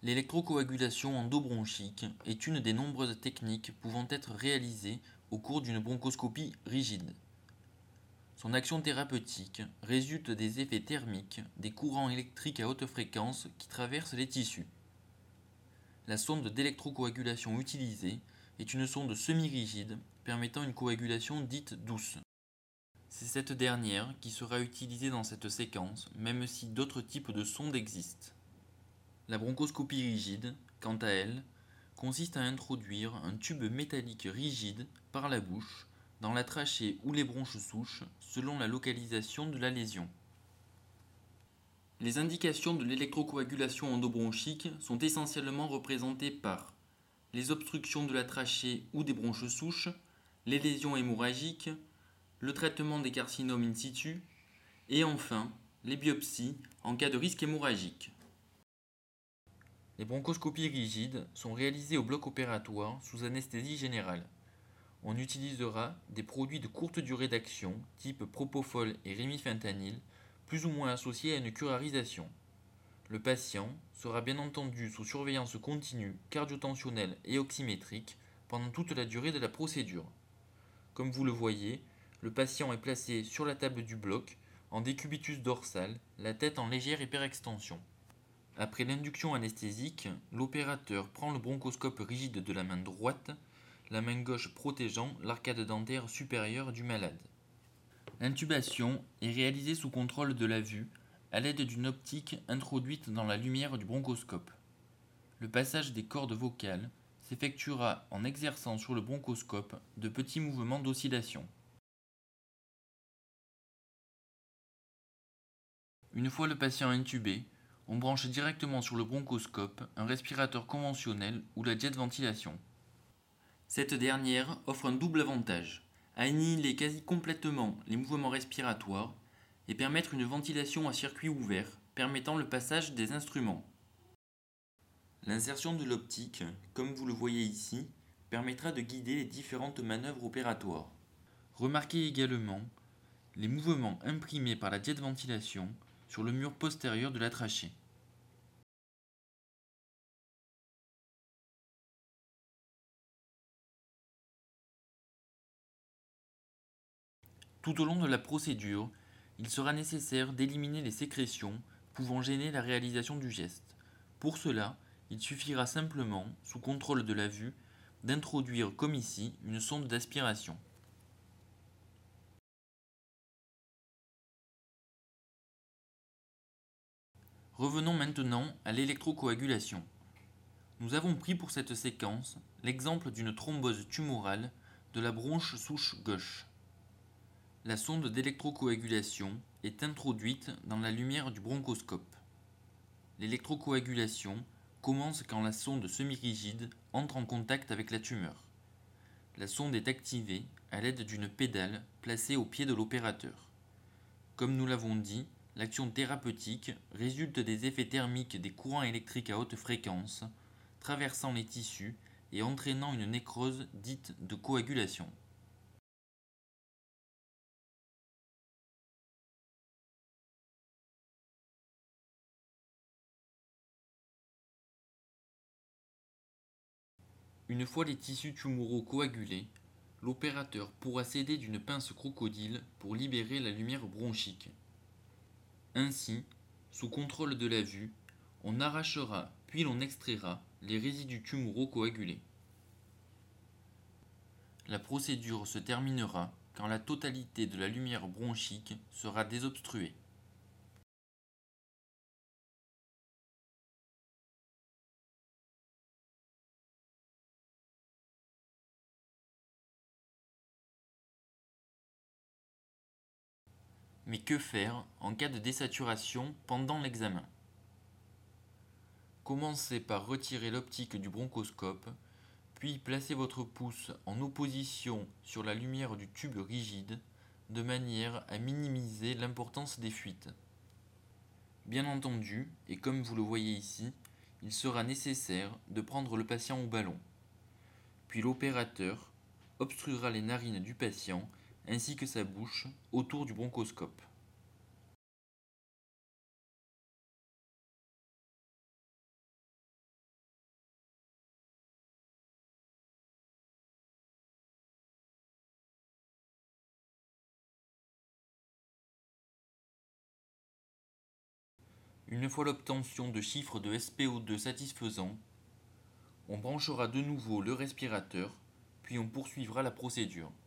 L'électrocoagulation endobronchique est une des nombreuses techniques pouvant être réalisées au cours d'une bronchoscopie rigide. Son action thérapeutique résulte des effets thermiques des courants électriques à haute fréquence qui traversent les tissus. La sonde d'électrocoagulation utilisée est une sonde semi-rigide permettant une coagulation dite douce. C'est cette dernière qui sera utilisée dans cette séquence, même si d'autres types de sondes existent. La bronchoscopie rigide, quant à elle, consiste à introduire un tube métallique rigide par la bouche, dans la trachée ou les bronches souches, selon la localisation de la lésion. Les indications de l'électrocoagulation endobronchique sont essentiellement représentées par les obstructions de la trachée ou des bronches souches, les lésions hémorragiques, le traitement des carcinomes in situ, et enfin, les biopsies en cas de risque hémorragique. Les bronchoscopies rigides sont réalisées au bloc opératoire sous anesthésie générale. On utilisera des produits de courte durée d'action, type propofol et rémifentanil, plus ou moins associés à une curarisation. Le patient sera bien entendu sous surveillance continue, cardio-tensionnelle et oxymétrique pendant toute la durée de la procédure. Comme vous le voyez, le patient est placé sur la table du bloc, en décubitus dorsal, la tête en légère hyperextension. Après l'induction anesthésique, l'opérateur prend le bronchoscope rigide de la main droite, la main gauche protégeant l'arcade dentaire supérieure du malade. L'intubation est réalisée sous contrôle de la vue, à l'aide d'une optique introduite dans la lumière du bronchoscope. Le passage des cordes vocales s'effectuera en exerçant sur le bronchoscope de petits mouvements d'oscillation. Une fois le patient intubé, on branche directement sur le bronchoscope un respirateur conventionnel ou la jet ventilation. Cette dernière offre un double avantage, annihiler quasi complètement les mouvements respiratoires et permettre une ventilation à circuit ouvert permettant le passage des instruments. L'insertion de l'optique, comme vous le voyez ici, permettra de guider les différentes manœuvres opératoires. Remarquez également les mouvements imprimés par la jet ventilation sur le mur postérieur de la trachée. Tout au long de la procédure, il sera nécessaire d'éliminer les sécrétions pouvant gêner la réalisation du geste. Pour cela, il suffira simplement, sous contrôle de la vue, d'introduire comme ici une sonde d'aspiration. Revenons maintenant à l'électrocoagulation. Nous avons pris pour cette séquence l'exemple d'une thrombose tumorale de la bronche souche gauche. La sonde d'électrocoagulation est introduite dans la lumière du bronchoscope. L'électrocoagulation commence quand la sonde semi-rigide entre en contact avec la tumeur. La sonde est activée à l'aide d'une pédale placée au pied de l'opérateur. Comme nous l'avons dit, l'action thérapeutique résulte des effets thermiques des courants électriques à haute fréquence, traversant les tissus et entraînant une nécrose dite de coagulation. Une fois les tissus tumoraux coagulés, l'opérateur pourra s'aider d'une pince crocodile pour libérer la lumière bronchique. Ainsi, sous contrôle de la vue, on arrachera puis l'on extraira les résidus tumoraux coagulés. La procédure se terminera quand la totalité de la lumière bronchique sera désobstruée. Mais que faire en cas de désaturation pendant l'examen? Commencez par retirer l'optique du bronchoscope, puis placez votre pouce en opposition sur la lumière du tube rigide, de manière à minimiser l'importance des fuites. Bien entendu, et comme vous le voyez ici, il sera nécessaire de prendre le patient au ballon. Puis l'opérateur obstruera les narines du patient ainsi que sa bouche autour du bronchoscope. Une fois l'obtention de chiffres de SPO2 satisfaisants, on branchera de nouveau le respirateur, puis on poursuivra la procédure.